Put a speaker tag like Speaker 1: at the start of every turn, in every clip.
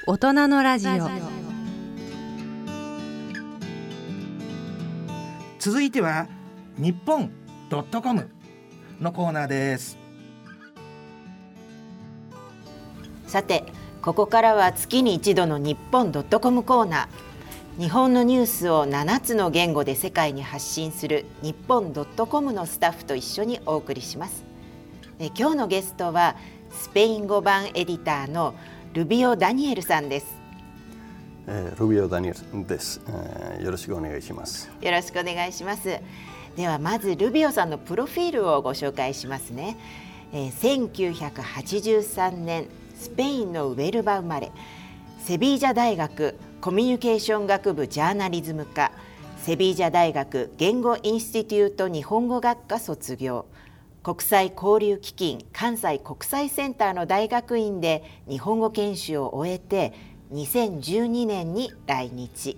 Speaker 1: 大人のラジオ。
Speaker 2: 続いては日本 .com のコーナーです。
Speaker 3: さて、ここからは月に一度の日本 .com コーナー。日本のニュースを7つの言語で世界に発信する日本 .com のスタッフと一緒にお送りします。今日のゲストはスペイン語版エディターのルビオ・ダニエルさんです。
Speaker 4: ルビオ・ダニエルです。よろしくお願いします。
Speaker 3: よろしくお願いします。ではまずルビオさんのプロフィールをご紹介しますね。1983年スペインのウェルバ生まれ、セビージャ大学コミュニケーション学部ジャーナリズム科、セビージャ大学言語インスティテュート日本語学科卒業、国際交流基金関西国際センターの大学院で日本語研修を終えて2012年に来日、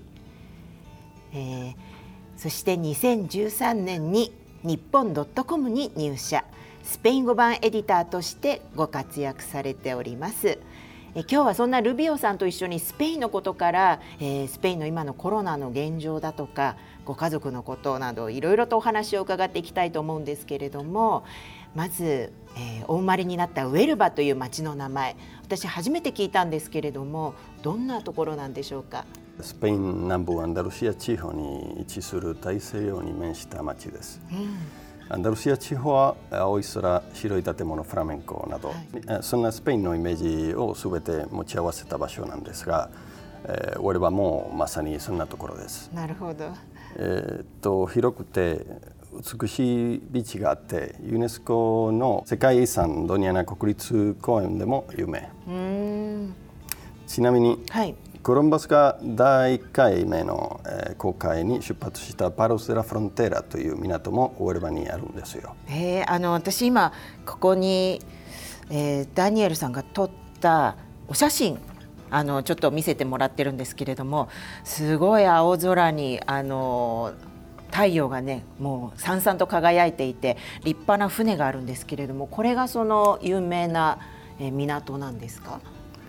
Speaker 3: そして2013年に日本 .com に入社、スペイン語版エディターとしてご活躍されております。今日はそんなルビオさんと一緒にスペインのことから、スペインの今のコロナの現状だとかご家族のことなどいろいろとお話を伺っていきたいと思うんですけれども、まず、お生まれになったウェルバという町の名前、私初めて聞いたんですけれども、どんなところなんでしょうか。
Speaker 4: スペイン南部アンダルシア地方に位置する大西洋に面した町です。アンダルシア地方は青い空、白い建物、フラメンコなど、そんなスペインのイメージをすべて持ち合わせた場所なんですが、ウェルバもまさにそんなところです。
Speaker 3: なるほど。
Speaker 4: 広くて美しいビーチがあって、ユネスコの世界遺産ドニアナ国立公園でも有名。ちなみに、コロンバスが第1回目の航海に出発したパロス・デ・ラ・フロンテーラという港もウェルバにあるんですよ。
Speaker 3: 私今ここに、ダニエルさんが撮ったお写真ちょっと見せてもらってるんですけれども、すごい青空に太陽がねもうさんさんと輝いていて立派な船があるんですけれども、これがその有名な港なんですか？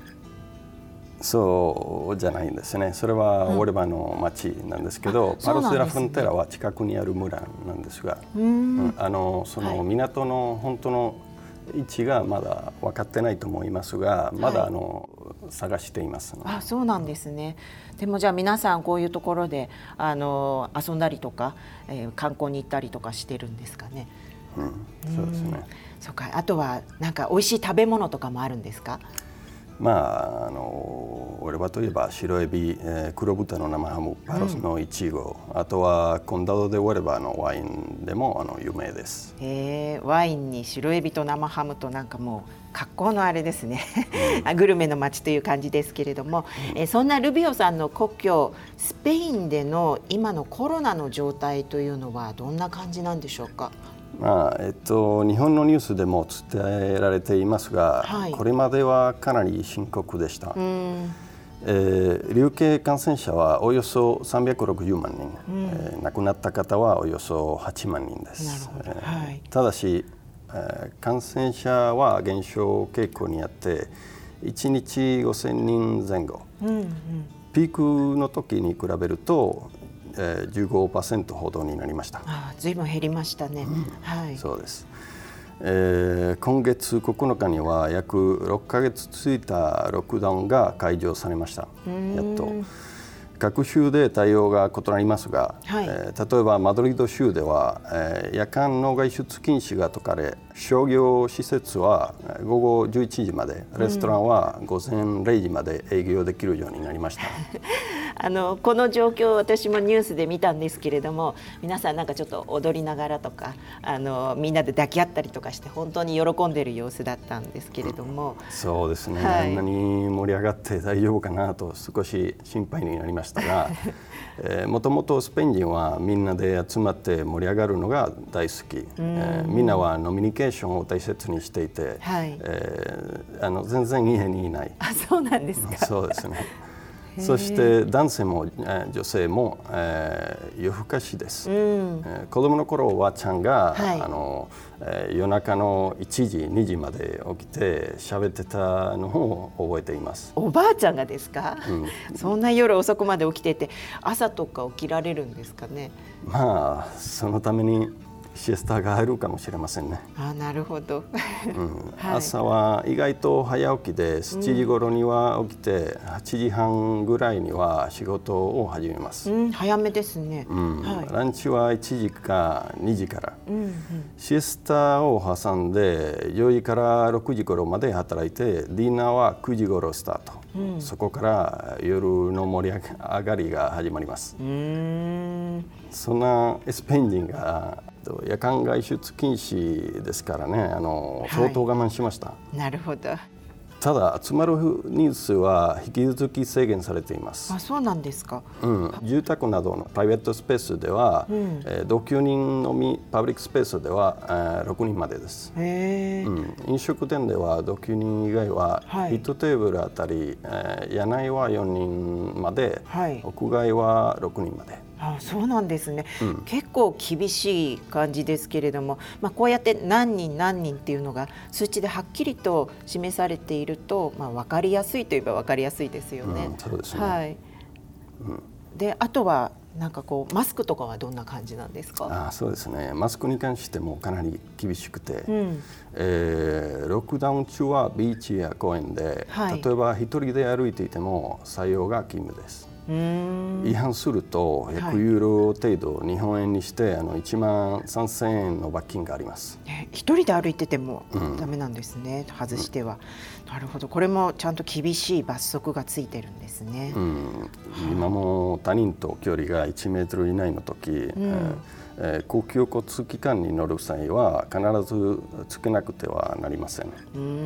Speaker 4: そうじゃないんですね。それはウェルバの町なんですけど、パロス・デ・ラ・フロンテーラは近くにある村なんですが、その港の本当の位置がまだ分かってないと思いますが、まだ探しています、ね。
Speaker 3: そうなんですね。でもじゃあ皆さんこういうところで遊んだりとか、観光に行ったりとかしてるんですかね。
Speaker 4: そうですね。
Speaker 3: そうか。あとはなんか美味しい食べ物とかもあるんですか？
Speaker 4: ウェルバといえば白エビ、黒豚の生ハム、パロスのイチゴ、あとはコンダド・デ・ウェルバのワインでも有名です。
Speaker 3: ワインに白エビと生ハムとなんかもう格好のあれですねグルメの街という感じですけれども、そんなルビオさんの故郷スペインでの今のコロナの状態というのはどんな感じなんでしょうか？
Speaker 4: 日本のニュースでも伝えられていますが、これまではかなり深刻でした。累計感染者はおよそ360万人、亡くなった方はおよそ8万人です。ただし、感染者は減少傾向にあって1日5000人前後、ピークの時に比べると15% ほどになりました。
Speaker 3: ずいぶん減りましたね。
Speaker 4: そうです。今月9日には約6ヶ月続いたロックダウンが解除されました。やっと各州で対応が異なりますが、例えばマドリード州では、夜間の外出禁止が解かれ、商業施設は午後11時まで、レストランは午前0時まで営業できるようになりました。
Speaker 3: この状況を私もニュースで見たんですけれども、皆さんなんかちょっと踊りながらとかみんなで抱き合ったりとかして本当に喜んでいる様子だったんですけれども、
Speaker 4: そうですね、あんなに盛り上がって大丈夫かなと少し心配になりましたがもともとスペイン人はみんなで集まって盛り上がるのが大好き、みんなはノミニケーションを大切にしていて、全然家にいない。
Speaker 3: そうなんですか。
Speaker 4: そうですね。 そして男性も、女性も、夜更かしです、子供の頃はちゃんが、夜中の1時2時まで起きて喋ってたのを覚えています。
Speaker 3: おばあちゃんがですか、そんな夜遅くまで起きてて朝とか起きられるんですかね。
Speaker 4: まあそのためにシエスタが入るかもしれませんね。
Speaker 3: なるほど、
Speaker 4: 朝は意外と早起きで7時頃には起きて、8時半ぐらいには仕事を始めます、
Speaker 3: 早めですね、
Speaker 4: ランチは1時か2時から、シエスタを挟んで4時から6時頃まで働いてディナーは9時頃スタート、そこから夜の盛り上がりが始まります。そんなスペイン人が夜間外出禁止ですからね、相当我慢しました。
Speaker 3: なるほど。
Speaker 4: ただ集まる人数は引き続き制限されています。
Speaker 3: そうなんですか。
Speaker 4: 住宅などのプライベートスペースでは、同居人のみ、パブリックスペースでは、6人までです。飲食店では同居人以外は1テーブルあたり、屋内は4人まで、屋外は6人まで。
Speaker 3: そうなんですね、結構厳しい感じですけれども、こうやって何人っていうのが数値ではっきりと示されていると、分かりやすいといえば分かりやすいですよね。
Speaker 4: そうですね。
Speaker 3: であとはなんかこうマスクとかはどんな感じなんですか。
Speaker 4: そうですね、マスクに関してもかなり厳しくて、ロックダウン中はビーチや公園で、例えば一人で歩いていても採用が義務です。違反すると100ユーロ程度、日本円にして1万3000円の罰金があります。
Speaker 3: 一人で歩いててもダメなんですね、外しては。なるほど、これもちゃんと厳しい罰則がついてるんですね。
Speaker 4: 今も他人と距離が1メートル以内の時、公共交通機関に乗る際は必ずつけなくてはなりません。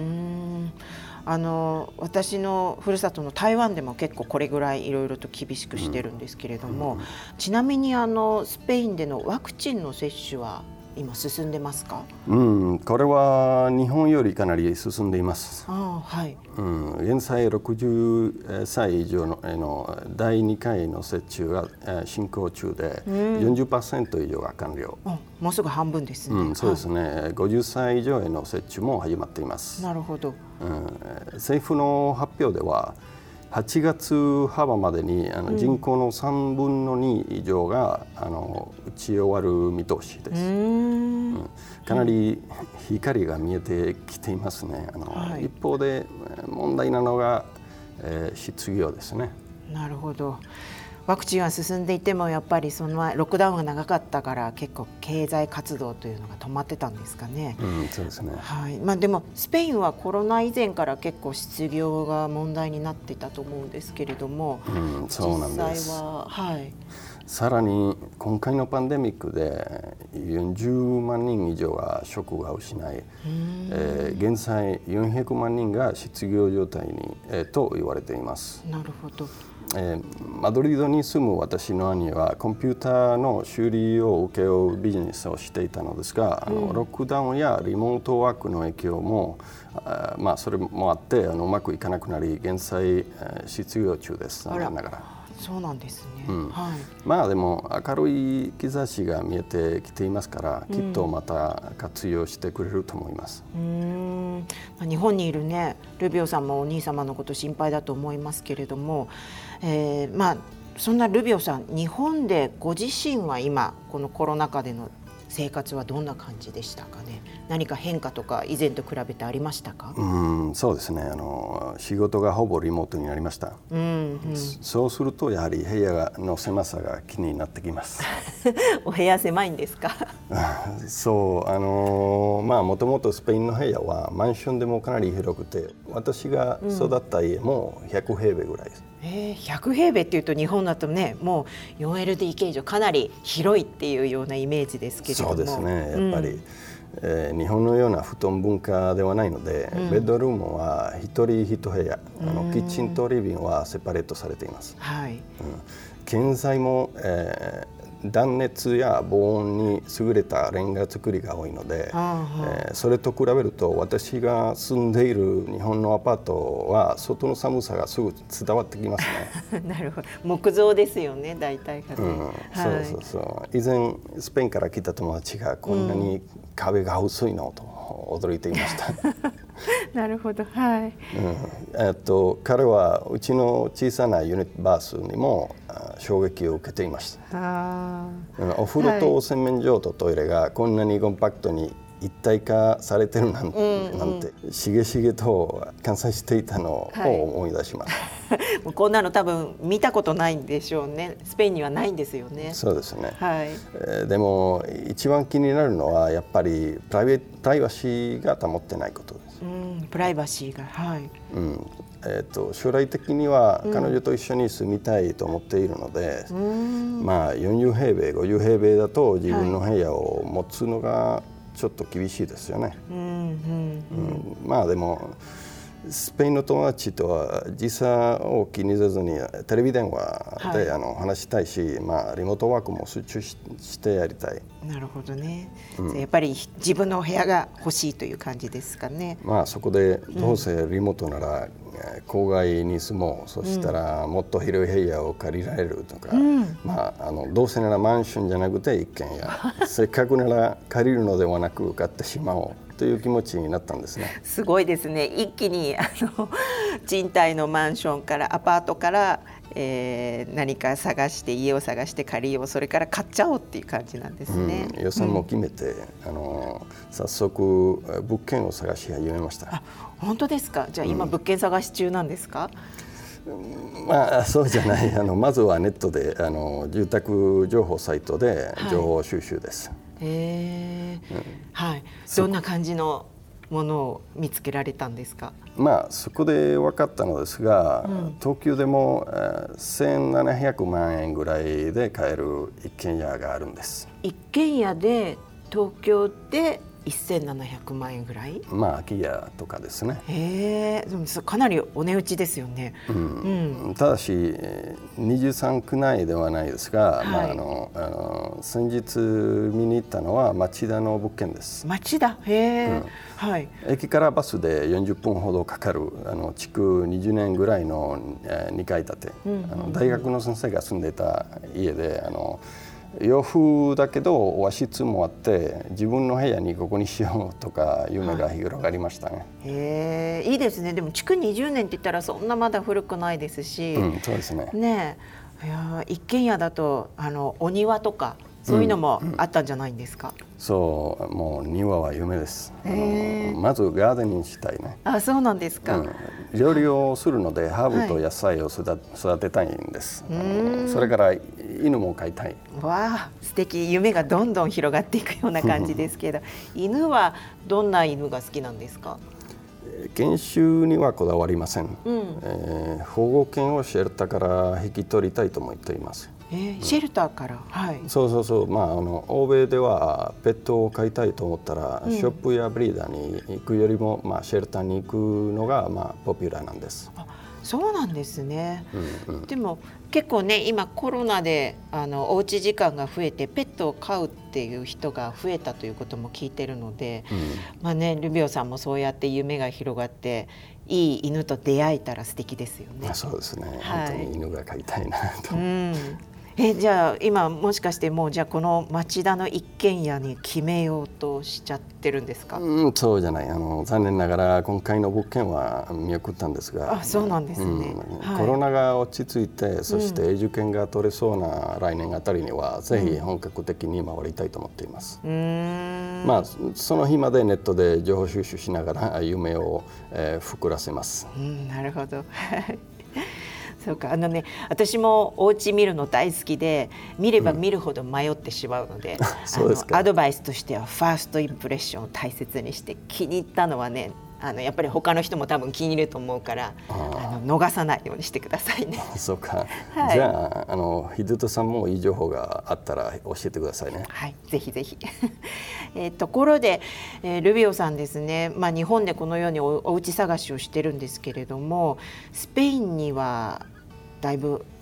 Speaker 3: 私のふるさとの台湾でも結構これぐらいいろいろと厳しくしてるんですけれども、ちなみにスペインでのワクチンの接種は今進んでますか。
Speaker 4: これは日本よりかなり進んでいます。現在60歳以上の第2回の接種が進行中で、40% 以上が完了。
Speaker 3: もうすぐ半分ですね。
Speaker 4: そうですね、50歳以上への接種も始まっています。
Speaker 3: なるほど。
Speaker 4: 政府の発表では8月幅までに人口の3分の2以上が打ち終わる見通しです。かなり光が見えてきていますね。一方で問題なのが、失業ですね。
Speaker 3: なるほど。ワクチンは進んでいてもやっぱりそのロックダウンが長かったから結構経済活動というのが止まってたんですかね。
Speaker 4: そうですね。
Speaker 3: でもスペインはコロナ以前から結構失業が問題になっていたと思うんですけれども、
Speaker 4: そうなんです。
Speaker 3: 実際は
Speaker 4: さらに今回のパンデミックで40万人以上が職が失い、現在400万人が失業状態に、と言われています。
Speaker 3: なるほど。
Speaker 4: マドリードに住む私の兄はコンピューターの修理を請け負うビジネスをしていたのですが、ロックダウンやリモートワークの影響もそれもあってうまくいかなくなり現在、失業中です。残念ながら。
Speaker 3: そうなんですね。
Speaker 4: でも明るい兆しが見えてきていますから、きっとまた活用してくれると思います。
Speaker 3: 日本にいるねルビオさんもお兄様のこと心配だと思いますけれども、そんなルビオさん、日本でご自身は今このコロナ禍での生活はどんな感じでしたかね。何か変化とか以前と比べてありましたか。
Speaker 4: そうですね、仕事がほぼリモートになりました。そうするとやはり部屋の狭さが気になってきます
Speaker 3: お部屋狭いんですか
Speaker 4: そうもともとスペインの部屋はマンションでもかなり広くて、私が育った家も100平米ぐらいです。
Speaker 3: 100平米っていうと日本だとねもう 4LDK 以上かなり広いっていうようなイメージですけれども。
Speaker 4: そうですね、やっぱり、日本のような布団文化ではないので、ベッドルームは一人一部屋、キッチンとリビングはセパレートされています。建材も、 断熱や防音に優れたレンガ造りが多いので、それと比べると私が住んでいる日本のアパートは外の寒さがすぐ伝わってきますね。
Speaker 3: なるほど、木造ですよね、大体がね。
Speaker 4: そうそうそう。以前スペインから来た友達がこんなに壁が薄いのと驚いていました。
Speaker 3: なるほど、はい。
Speaker 4: 彼はうちの小さなユニットバースにも衝撃を受けていました。お風呂と洗面所とトイレがこんなにコンパクトに一体化されてるなんてしげしげと感謝していたのを思い出します。
Speaker 3: こんなの多分見たことないんでしょうね。スペインにはないんですよね。
Speaker 4: そうですね、
Speaker 3: はい。
Speaker 4: でも一番気になるのはやっぱりプライバシーが保ってないことです。
Speaker 3: プライバシーが、はい。
Speaker 4: 将来的には彼女と一緒に住みたいと思っているので、まあ40平米50平米だと自分の部屋を持つのがちょっと厳しいですよね。まあでもスペインの友達とは時差を気にせずにテレビ電話で話したいし、まあリモートワークも集中してやりたい。
Speaker 3: なるほどね。やっぱり自分の部屋が欲しいという感じですかね。
Speaker 4: まあそこでどうせリモートなら郊外に住もう、そしたらもっと広い部屋を借りられるとか、まあどうせならマンションじゃなくて一軒家せっかくなら借りるのではなく買ってしまおうという気持ちになったんですね。
Speaker 3: すごいですね。一気に賃貸のマンションからアパートから、何か探して家を探して借りよう、それから買っちゃおうっていう感じなんですね。
Speaker 4: 予算も決めて、早速物件を探し始めました。
Speaker 3: 本当ですか。じゃあ今物件探し中なんですか。
Speaker 4: まあそうじゃない。まずはネットで住宅情報サイトで情報収集です。
Speaker 3: はい。どんな感じのものを見つけられたんですか。
Speaker 4: まあそこで分かったのですが、東京でも1700万円ぐらいで買える一軒家があるんです。
Speaker 3: 一軒家で東京で1700万円ぐらい。
Speaker 4: まあ空き家とかですね。
Speaker 3: でもかなりお値打ちですよね。
Speaker 4: ただし23区内ではないですが、先日見に行ったのは町田の物件です。
Speaker 3: 町田、はい。
Speaker 4: 駅からバスで40分ほどかかる築20年ぐらいの2階建て、大学の先生が住んでいた家で洋風だけど和室もあって自分の部屋にここにしようとか夢が広がりましたね。
Speaker 3: いいですね。でも築20年って言ったらそんなまだ古くないですし、
Speaker 4: そうですね。
Speaker 3: ねえ、いや一軒家だとお庭とかそういうのもあったんじゃないんですか。
Speaker 4: そうもう庭は夢です。まずガーデニングしたいね。
Speaker 3: そうなんですか。
Speaker 4: 料理をするのでハーブと野菜を育てたいんです。それから犬も飼いたい。
Speaker 3: わあ素敵。夢がどんどん広がっていくような感じですけど犬はどんな犬が好きなんですか。
Speaker 4: 犬種にはこだわりません。保護犬をシェルターから引き取りたいと思っています。
Speaker 3: シェルターから、はい、
Speaker 4: そう。まあ欧米ではペットを飼いたいと思ったら、ショップやブリーダーに行くよりも、シェルターに行くのがポピュラーなんです。
Speaker 3: そうなんですね。でも結構ね今コロナでおうち時間が増えてペットを飼うっていう人が増えたということも聞いてるので、ルビオさんもそうやって夢が広がっていい犬と出会えたら素敵ですよね。
Speaker 4: そうですね、本当に犬が飼いたいなと。
Speaker 3: じゃあ今もしかしてもうじゃあこの町田の一軒家に決めようとしちゃってるんですか。
Speaker 4: そうじゃない。残念ながら今回の物件は見送ったんですが。
Speaker 3: そうなんですね。
Speaker 4: コロナが落ち着いて、そして永住権が取れそうな来年あたりにはぜひ本格的に回りたいと思っています。その日までネットで情報収集しながら夢を膨らせます。
Speaker 3: なるほど。そうか。私もお家見るの大好きで見れば見るほど迷ってしまうので、アドバイスとしてはファーストインプレッションを大切にして気に入ったのはねやっぱり他の人も多分気に入ると思うから逃さないようにしてくださいね。
Speaker 4: そうか、じゃあ秀人さんもいい情報があったら教えてくださいね。
Speaker 3: はい、ぜひぜひ。ところで、ルビオさんですね、日本でこのようにお家探しをしてるんですけれども、スペインにはだいぶ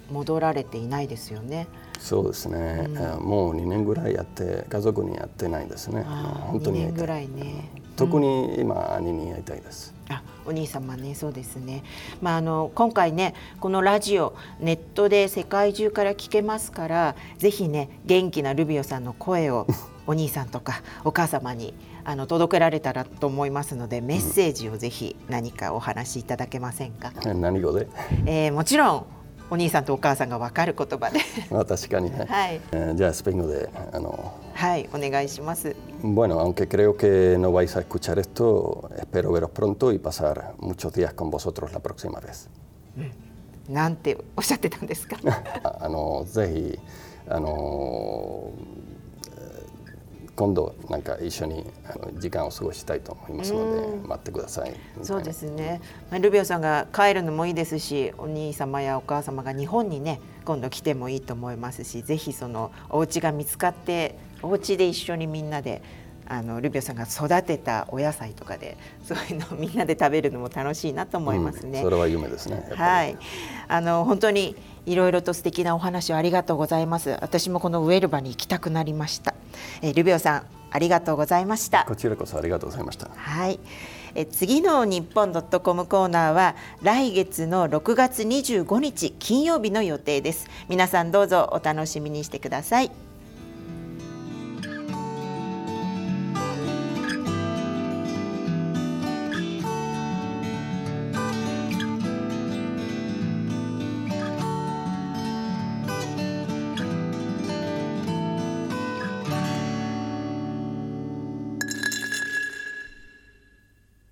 Speaker 3: 戻られていないですよね。
Speaker 4: そうですね、もう2年ぐらいやって家族にやってないですね。本当に
Speaker 3: 2年ぐらいね。
Speaker 4: 特に今、兄に会いたいです。
Speaker 3: お兄様ね、そうですね。今回ね、このラジオネットで世界中から聞けますから、ぜひね元気なルビオさんの声をお兄さんとかお母様に届けられたらと思いますので、メッセージをぜひ何かお話しいただけませんか。
Speaker 4: 何語で？
Speaker 3: もちろんお兄さんとお母さんが分かる言葉で
Speaker 4: 確かにね、
Speaker 3: はい、
Speaker 4: じゃあスペイン語で
Speaker 3: はい、お願いします。
Speaker 4: Bueno, aunque creo que no vais a escuchar esto, espero veros pronto y pasar muchos días con vosotros la próxima vez.
Speaker 3: なんておっしゃってたんですか？
Speaker 4: ぜひ今度なんか一緒に時間を過ごしたいと思いますので、待ってください。
Speaker 3: そうですね。ルビオさんが帰るのもいいですし、お兄様やお母様が日本にね今度来てもいいと思いますし、ぜひそのお家が見つかってお家で一緒にみんなでルビオさんが育てたお野菜とかでそういうのをみんなで食べるのも楽しいなと思いますね。
Speaker 4: それは夢ですね。
Speaker 3: はい、本当にいろいろと素敵なお話をありがとうございます。私もこのウェルバに行きたくなりました。ルビオさんありがとうございました。
Speaker 4: こちらこそありがとうございました。
Speaker 3: はい、次の日本.comコーナーは来月の6月25日金曜日の予定です。皆さんどうぞお楽しみにしてください。